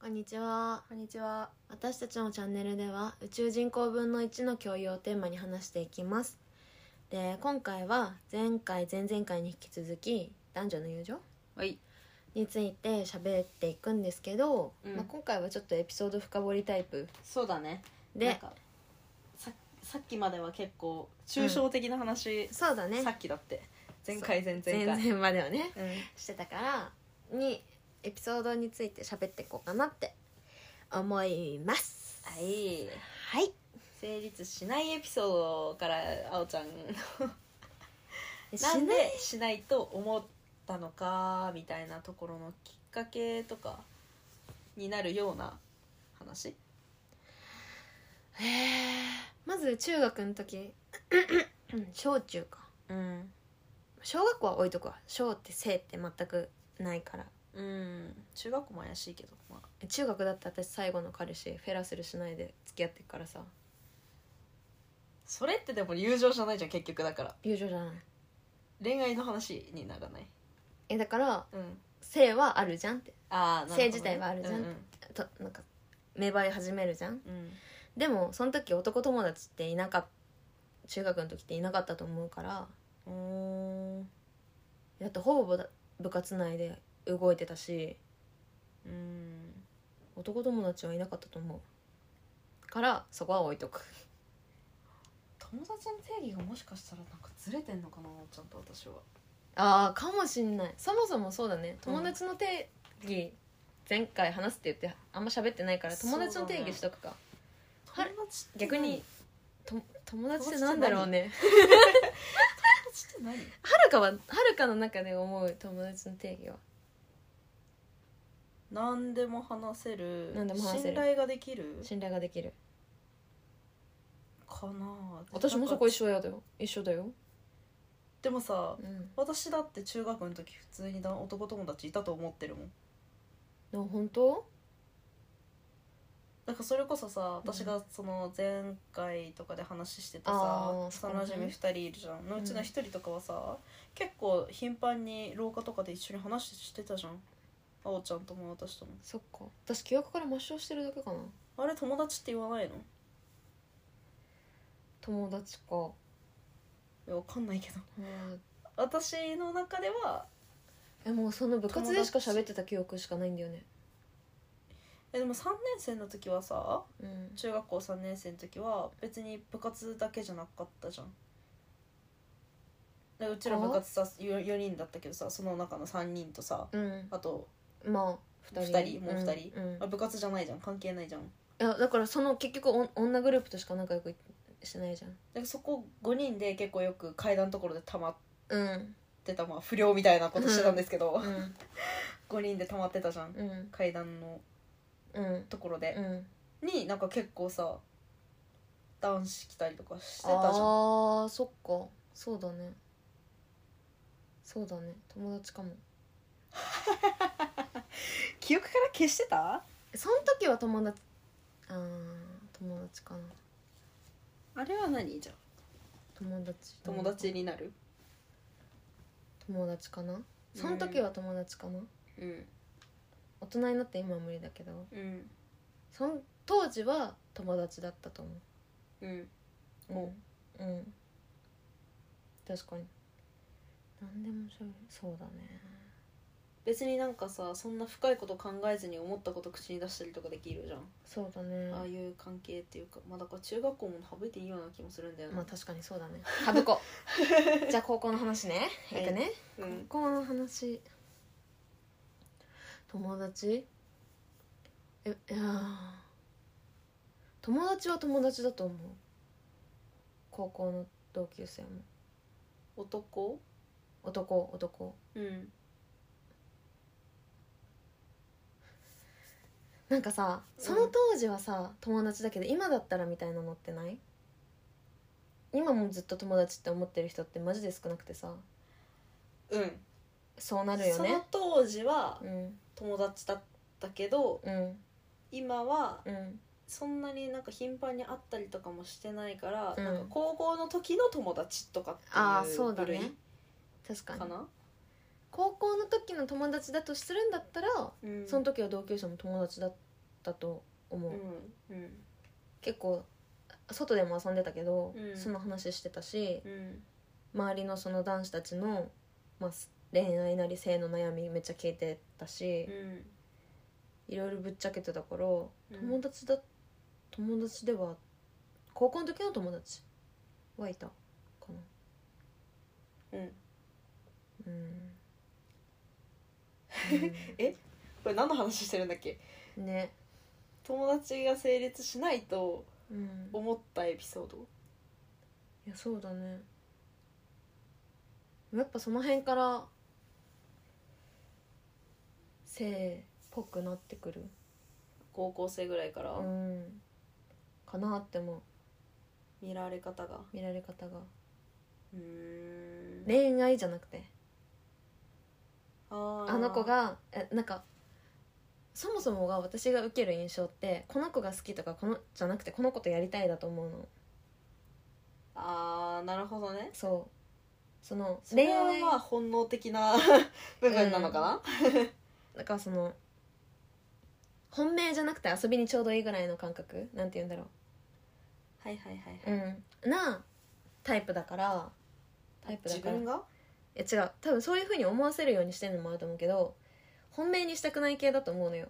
こんにちは。 こんにちは。 私たちのチャンネルでは宇宙人口分の1の共有をテーマに話していきます。で、今回は前回前々回に引き続き男女の友情はいについて喋っていくんですけど、 うん今回はちょっとエピソード深掘りタイプそうだね。 で、 なんかさっきまでは結構抽象的な話、 そうだね、 さっきだって前回前々 前回 々まではねうんしてたからにエピソードについて喋っていこうかなって思います。 はいはい。 成立しないエピソードからあおちゃんしなんないでしないと思ったのかみたいなところのきっかけとかになるような話。 まず中学の時小中か、 うん小学校は置いとくわ。小って生って全くないから。 中学校も怪しいけど、まあ、 中学だって私最後の彼氏フェラするしないで付き合ってるからさ。 それってでも友情じゃないじゃん結局。だから友情じゃない。 恋愛の話にならない。 だからうん性はあるじゃんって、 あーなるほどね、 性自体はあるじゃんとなんか芽生え始めるじゃん。 うんでもその時男友達っていなかった。中学の時っていなかったと思うから。 うんだってほぼ部活内で動いてたし、男友達はいなかったと思うからそこは置いとく。 友達の定義がもしかしたらなんかずれてんのかなちゃんと私は。 ああ、かもしんない。そもそもそうだね、友達の定義、前回話すって言ってあんま喋ってないから友達の定義しとくか。 友達って逆に友達ってなんだろうね。 友達って何？ はるかの中で思う友達の定義は何でも話せる、 何でも話せる、 信頼ができる信頼ができるかな。 私もそこ一緒だよ。 でもさ、 私だって中学の時普通に男友達いたと思ってるもん。 でも本当なんかそれこそさ、私がその前回とかで話してたさ、幼馴染2人いるじゃんのうちの1人とかはさ、結構頻繁に廊下とかで一緒に話してたじゃん。あおちゃんとも私とも。 そっか、私記憶から抹消してるだけかな。 あれ友達って言わないの？ 友達か。 いやわかんないけど、私の中ではもうその部活でしか喋ってた記憶しかないんだよね。 でも3年生の時はさ、 うん中学校3年生の時は別に部活だけじゃなかったじゃん。でうちら部活さ 4人だったけどさ、その中の3人とさ、あとまあ 2人もう2人、部活じゃないじゃん、関係ないじゃん。 いやだからその結局女グループとしか仲良くしてないじゃん。 だからそこ5人で結構よく階段のところで溜まっうんてた、まあ不良みたいなことしてたんですけど、 うん 5人で溜まってたじゃん、階段のところで、になんか結構さ男子来たりとかしてたじゃん。 あーそっか、そうだね友達かも。 記憶から消してた？ その時は友達かな。 あれは何じゃん友達になる？ 友達かな。その時は友達かな。大人になって今は無理だけど、その当時は友達だったと思う。確かに何でもしゃべる。そうだね。 別になんかさ、そんな深いこと考えずに思ったこと口に出したりとかできるじゃん。 そうだね。 ああいう関係っていうか、まあだから中学校も省いていいような気もするんだよな。 まあ確かにそうだね。省こう。じゃあ高校の話ね。いくね。高校の話。友達？いや友達は友達だと思う。高校の同級生も。男。なんかさ、その当時はさ友達だけど今だったらみたいなのってない？今もずっと友達って思ってる人ってマジで少なくてさ。そうなるよね。 その当時は友達だったけど、今はそんなになんか頻繁に会ったりとかもしてないから、なんか高校の時の友達とかっていう部類確かにかな。 高校の時の友達だとするんだったら、その時は同級生も友達だっったと思う、 うんうん、 結構外でも遊んでたけど、 うん、 その話してたし、 うん、 周りのその男子たちの、まあ、恋愛なり性の悩みめっちゃ聞いてたし、いろいろぶっちゃけてたから、友達では高校の時の友達はいたかな。うん、 え、これ何の話してるんだっけね。 友達が成立しないと思ったエピソード、 いやそうだね。やっぱその辺から性っぽくなってくる、 高校生ぐらいから、 かなって思う。 見られ方が恋愛じゃなくて、 あの子がなんかそもそもが私が受ける印象ってこの子が好きとかこのじゃなくてこの子とやりたいだと思うの。 あーなるほどね。 その恋愛は本能的な部分なのかな、 だからその本命じゃなくて遊びにちょうどいいぐらいの感覚なんて言うんだろう、 はいはいはいはい、 なタイプだから自分が違う、多分そういう風に思わせるようにしてるのもあると思うけど、本命にしたくない系だと思うのよ。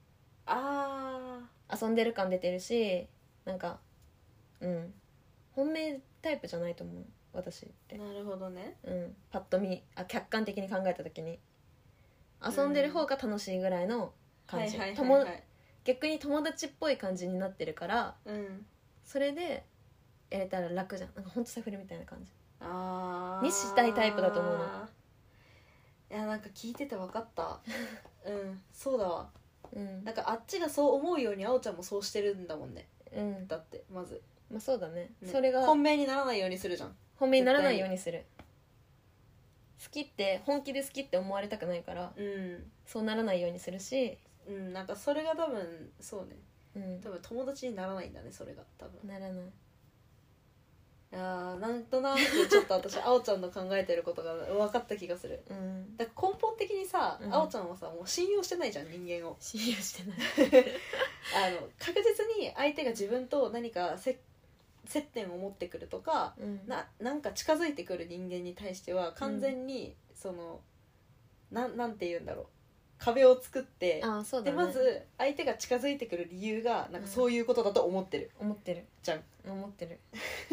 遊んでる感出てるし、なんか本命タイプじゃないと思う私って。 なるほどね。 パッと見客観的に考えた時に遊んでる方が楽しいぐらいの感じ、逆に友達っぽい感じになってるから、それでやれたら楽じゃん。なんかほんとセフレみたいな感じにしたいタイプだと思うの。 いやなんか聞いてて分かったそうだわ、なんかあっちがそう思うようにあおちゃんもそうしてるんだもんね、だってまずそうだね、それが本命にならないようにするじゃん。 本命にならないようにする。好きって本気で好きって思われたくないから、そうならないようにするし、 なんかそれが多分そうね、多分友達にならないんだね、それが多分ならない。 いやなんとなくちょっと私あおちゃんの考えてることが分かった気がする、だから根本的にさ、あおちゃんはさもう信用してないじゃん、人間を信用してない確実に相手が自分と何か接点を持ってくるとか、なんか近づいてくる人間に対しては完全にその、なんて言うんだろう、壁を作って、でまず相手が近づいてくる理由がなんかそういうことだと思ってるじゃん。 思ってる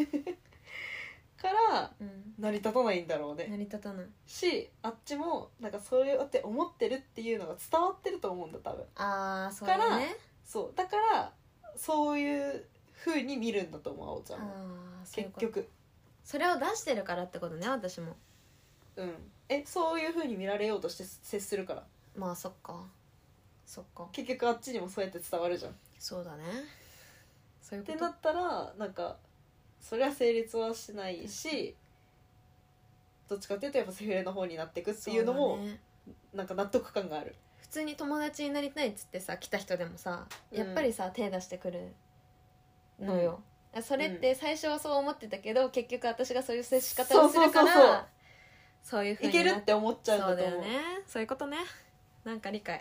から成り立たないんだろうね。 成り立たないし、あっちもなんかそうやって思ってるっていうのが伝わってると思うんだ多分。 そうだね。 だからそういう風に見るんだと思う、あおちゃんも。結局それを出してるからってことね、私も。 そういう風に見られようとして接するから。 まあそっか結局あっちにもそうやって伝わるじゃん。 そうだね、そういうことってなったらなんかそれは成立はしないし、どっちかっていうとやっぱセフレの方になっていくっていうのもなんか納得感がある。 普通に友達になりたいっつってさ来た人でもさ、やっぱりさ手出してくるのよ、それって最初はそう思ってたけど、結局私がそういう接し方をするからそういう風にいけるって思っちゃうんだと思う。 そうだよね、そういうことね。なんか理解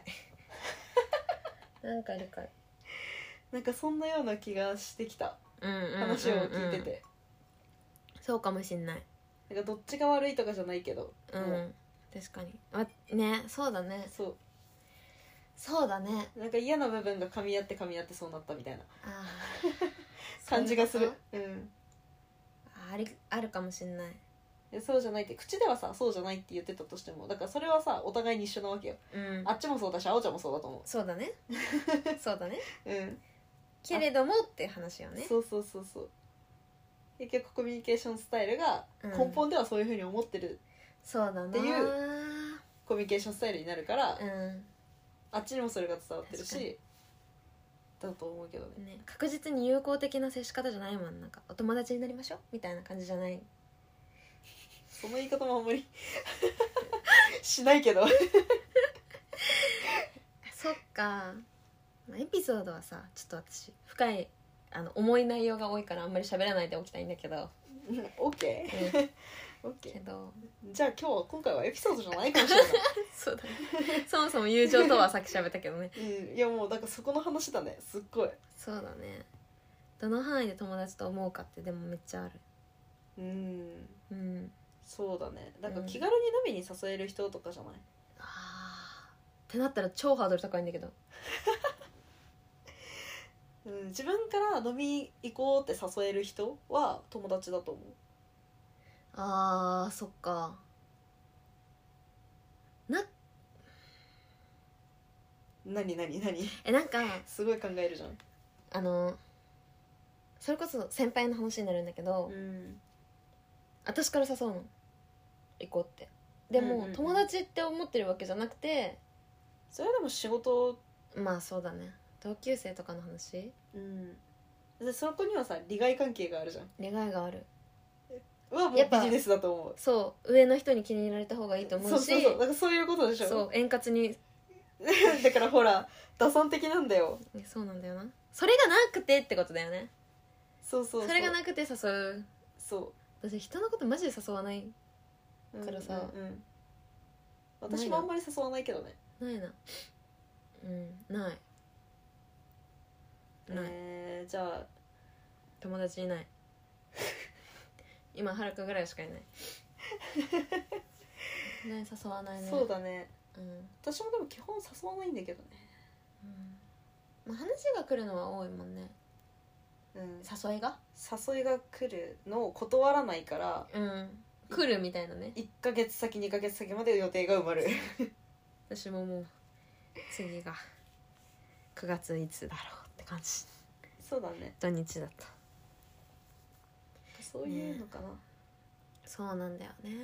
なんかそんなような気がしてきた、話を聞いてて。 そうかもしんない。 なんかどっちが悪いとかじゃないけど、 確かにね、そうだね、そうだね。 なんか嫌な部分が噛み合ってそうなったみたいな感じがする。 あるかもしんない。 そうじゃないって口ではさそうじゃないって言ってたとしても、だからそれはさお互いに一緒なわけよ、あっちもそうだしあおちゃんもそうだと思う。 そうだねけれどもって話よね。 そう結局コミュニケーションスタイルが根本ではそういう風に思ってるっていうコミュニケーションスタイルになるから、あっちにもそれが伝わってるしだと思うけど ね。 確実に友好的な接し方じゃないもん。なんかお友達になりましょうみたいな感じじゃない。 その言い方もあんまりしないけどそっか。エピソードはさちょっと私深い重い内容が多いからあんまり喋らないでおきたいんだけどオッケうんーオッケけどー。じゃあ今回はエピソードじゃないかもしれないそうだねそもそも友情とはさっき喋ったけどねいやもうだからそこの話だね、すっごい。 そうだね。どの範囲で友達と思うかってでもめっちゃある。うんそうだね。なんか気軽に飲みに誘える人とかじゃない、 あーってなったら超ハードル高いんだけど。 自分から飲み行こうって誘える人は友達だと思う。 あーそっか。 何なんかすごい考えるじゃん。 それこそ先輩の話になるんだけど、私から誘うの行こうって。でも、友達って思ってるわけじゃなくて、 それはでも仕事。 まあそうだね、同級生とかの話。 でそこにはさ利害関係があるじゃん。 利害があるはもうビジネスだと思う。 そう上の人に気に入られた方がいいと思うし、 そうだからそういうことでしょ。 そう円滑にだからほら打算的なんだよ。 そうなんだよな。それがなくてってことだよね。 そうそれがなくて誘う。 そう私人のことマジで誘わないからさ、 私もあんまり誘わないけどね。 ないな。ない。 じゃあ友達いない今はるかぐらいしかいないね、誘わないね。 そうだね。私もでも基本誘わないんだけどね。 まあ、話が来るのは多いもんね。誘いが来るのを断らないから、 来るみたいなね。 1ヶ月先2ヶ月先まで予定が埋まる私ももう次が9月いつだろうって感じ。 そうだね。 土日だったそういうのかな、 そうなんだよね。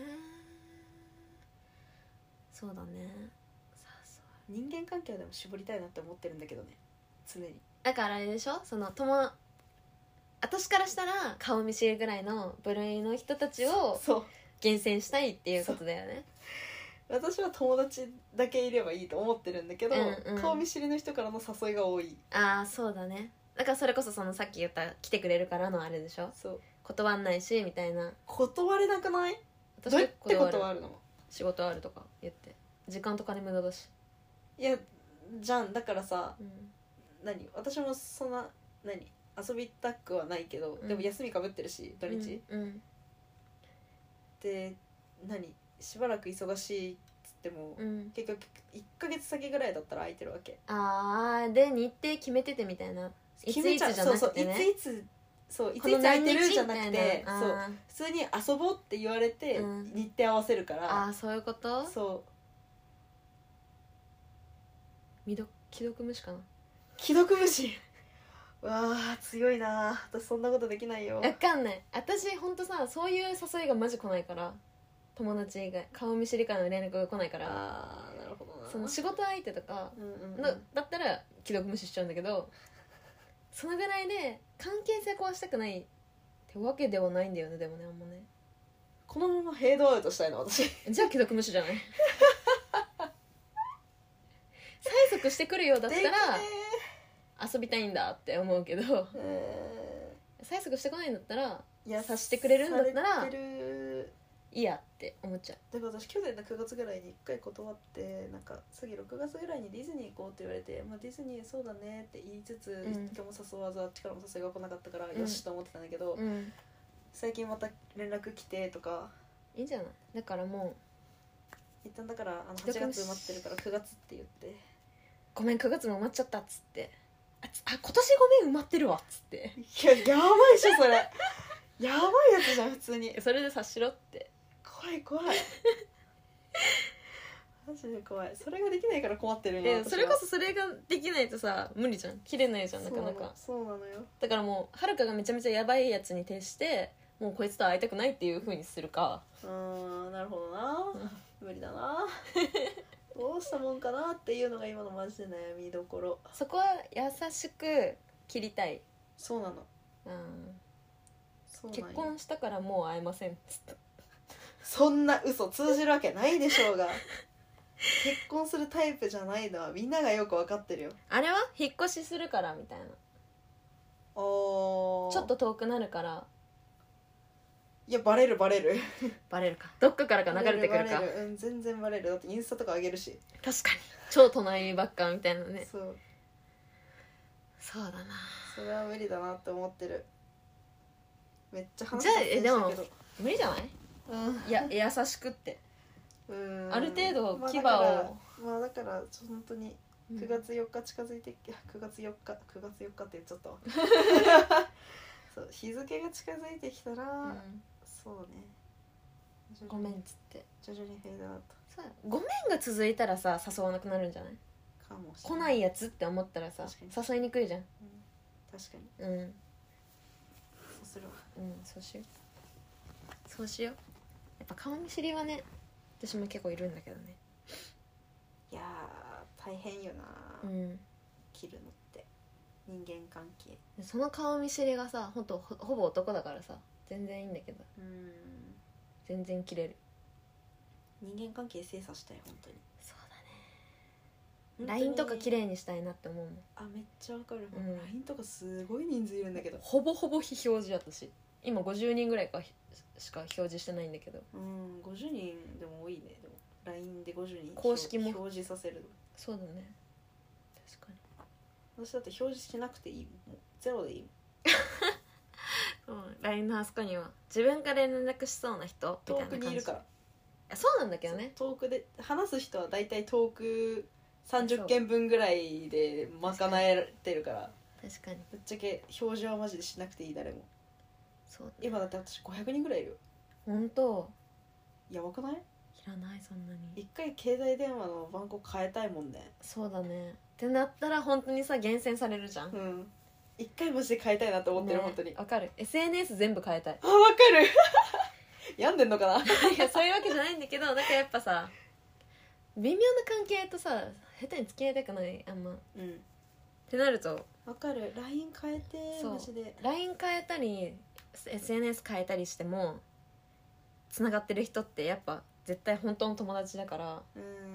そうだね。 人間関係でも絞りたいなって思ってるんだけどね、常に。 だからあれでしょ、その私からしたら顔見知りぐらいの部類の人たちを厳選したいっていうことだよね。 私は友達だけいればいいと思ってるんだけど、顔見知りの人からの誘いが多い。 ああそうだね。だからそれこそそのさっき言った来てくれるからのあれでしょ。 そう断んないしみたいな。 断れなくない？どうやって断るの？ 仕事あるとか言って時間と金無駄だし。 いやじゃん、だからさ、私もそんな遊びたくはないけど、でも休みかぶってるし土日、でしばらく忙しいっつっても、結局1ヶ月先ぐらいだったら空いてるわけ。 で日程決めててみたいな。いついつじゃなくてね。 いついつ空いてるじゃなくて、普通に遊ぼうって言われて、日程合わせるから。 そういうこと。既読無視かな。 既読無視わあ強いな。私そんなことできないよ。 分かんない。私ほんとさ、そういう誘いがマジ来ないから、友達以外顔見知りからの連絡が来ないから。 なるほどな。 その仕事相手とか、だったら既読無視しちゃうんだけど、そのぐらいで関係性壊したくないってわけではないんだよね。でもね、あんまね。 このままフェードアウトしたいの私。 じゃあ既読無視じゃない催促してくるようだったら遊びたいんだって思うけど、催促してこないんだったら、察してくれるんだったらいいやって思っちゃう。 だから私去年の9月ぐらいに1回断って、なんか次6月ぐらいにディズニー行こうって言われて、ディズニーそうだねって言いつつ、一回も誘わずあっちからも誘いが来なかったから、よしと思ってたんだけど、最近また連絡来てとか。 いいんじゃない。だからもう一旦だから8月埋まってるから9月って言って、 ごめん9月も埋まっちゃったっつって、今年ごめん埋まってるわっつって、 いややばいっしょそれやばいやつじゃん普通に。 それで察しろって。 怖いマジで怖い。それができないから困ってる今。 それこそそれができないとさ無理じゃん。切れないじゃんなかなか。 そうなのよ。 だからもうはるかがめちゃめちゃやばいやつに徹してもうこいつと会いたくないっていう風にするか。 なるほどな無理だなどうしたもんかなっていうのが今のマジで悩みどころ。 そこは優しく切りたい。 そうなの。 結婚したからもう会えませんっつって。 そんな嘘通じるわけないでしょうが結婚するタイプじゃないのはみんながよく分かってるよ。 あれは引っ越しするからみたいな。ちょっと遠くなるからいやバレるバレるか、どっかからか流れてくるか。 うん、全然バレる。だってインスタとか上げるし。 確かに超隣ばっかみたいなね。そうだな。 それは無理だなって思ってる。めっちゃ話じゃあでも無理じゃない？いや優しくってある程度牙を、 まあだから本当に9月4日近づいて、9月4日って言っちゃったわそう日付が近づいてきたら、そうね、 ごめんっつって徐々にフェードアウト。 ごめんが続いたらさ誘わなくなるんじゃない？ かもしれない。来ないやつって思ったらさ誘いにくいじゃん。 確かに。 そうするわ。 そうしよう。やっぱ顔見知りはね、私も結構いるんだけどね。 いやー大変よな、切るのって人間関係。 その顔見知りがさ、ほぼ男だからさ全然いいんだけど、全然切れる。 人間関係精査したい本当に。 そうだね。LINE とか綺麗にしたいなって思うもん。 めっちゃわかる。LINE とかすごい人数いるんだけど、 ほぼ非表示。私今50人ぐらいしか表示してないんだけど。 50人でも多いね。でも LINE で50人公式も表示させる。 そうだね、確かに。私だって表示しなくていいもん。ゼロでいいもん。LINE のあそこには自分から連絡しそうな人みたいな感じ。 遠くにいるから。 そうなんだけどね。 遠くで話す人はだいたい遠く30件分ぐらいで賄えてるから。 確かに。 ぶっちゃけ表示はマジでしなくていい。誰も。 そう、ね、 今だって私500人ぐらいいる。 本当？ やばくない？いらないそんなに。 一回携帯電話の番号変えたいもんね。 そうだね。ってなったら本当にさ厳選されるじゃん。 一回マジで変えたいなって思ってる、本当に。 わかる。 SNS 全部変えたい。 わかる病んでんのかな。いやそういうわけじゃないんだけど、なんかやっぱさ微妙な関係とさ下手に付き合いたくないあんま。ってなるとわかる。 LINE 変えてマジで。 LINE 変えたり SNS 変えたりしてもつながってる人ってやっぱ絶対本当の友達だから。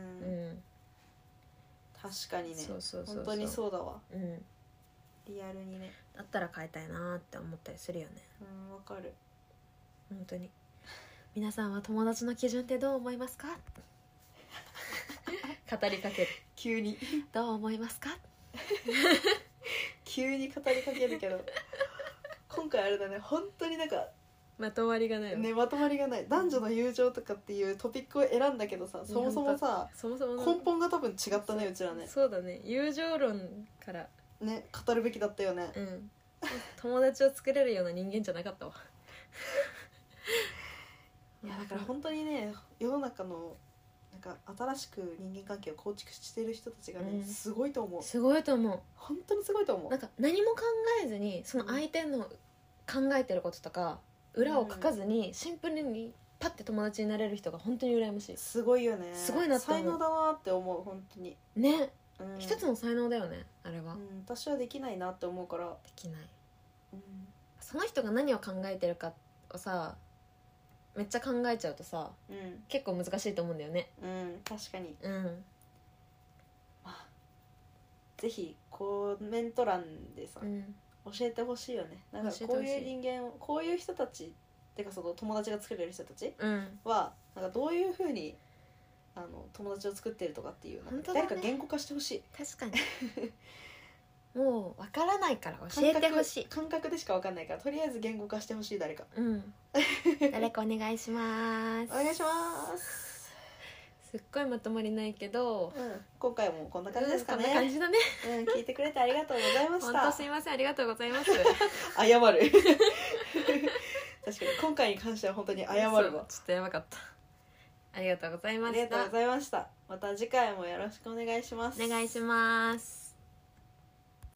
確かにね。 そう本当にそうだわ。リアルにね。 だったら変えたいなって思ったりするよね。 わかる。 本当に。皆さんは友達の基準ってどう思いますか？語りかける。 急にどう思いますか？ 急に語りかけるけど今回あれだね、本当になんかまとまりがないね。まとまりがない。男女の友情とかっていうトピックを選んだけどさ、そもそもさ根本が多分違ったね、うちらね。 そうだね。友情論からね語るべきだったよね。 友達を作れるような人間じゃなかったわ。 いやだから本当にね、世の中のなんか新しく人間関係を構築している人たちがね、すごいと思う。 すごいと思う。 本当にすごいと思う。 なんか何も考えずにその相手の考えてることとか裏を書かずにシンプルにパッて友達になれる人が本当に羨ましい。 すごいよね。 すごいなって思う。 才能だなって思う本当にね。一つの才能だよねあれは。 私はできないなって思うから。できない。その人が何を考えてるかをさめっちゃ考えちゃうとさ、結構難しいと思うんだよね。 確かに。ぜひコメント欄でさ、教えてほしいよね。なんかこういう人間を、こういう人たちってかその友達が作れる人たちは、なんかどういう風に友達を作ってるとかっていうの、誰か言語化してほしい。 確かに。もう分からないから教えてほしい。 感覚でしか分かんないからとりあえず言語化してほしい。誰か誰かお願いします。 お願いします。 すっごいまとまりないけど、 今回もこんな感じですかね。 こんな感じだね。 聞いてくれてありがとうございました。 本当すいません、ありがとうございます。 謝る。確かに今回に関しては本当に謝るわ。ちょっとやばかった。ありがとうございました。 ありがとうございました。また次回もよろしくお願いします。 お願いします。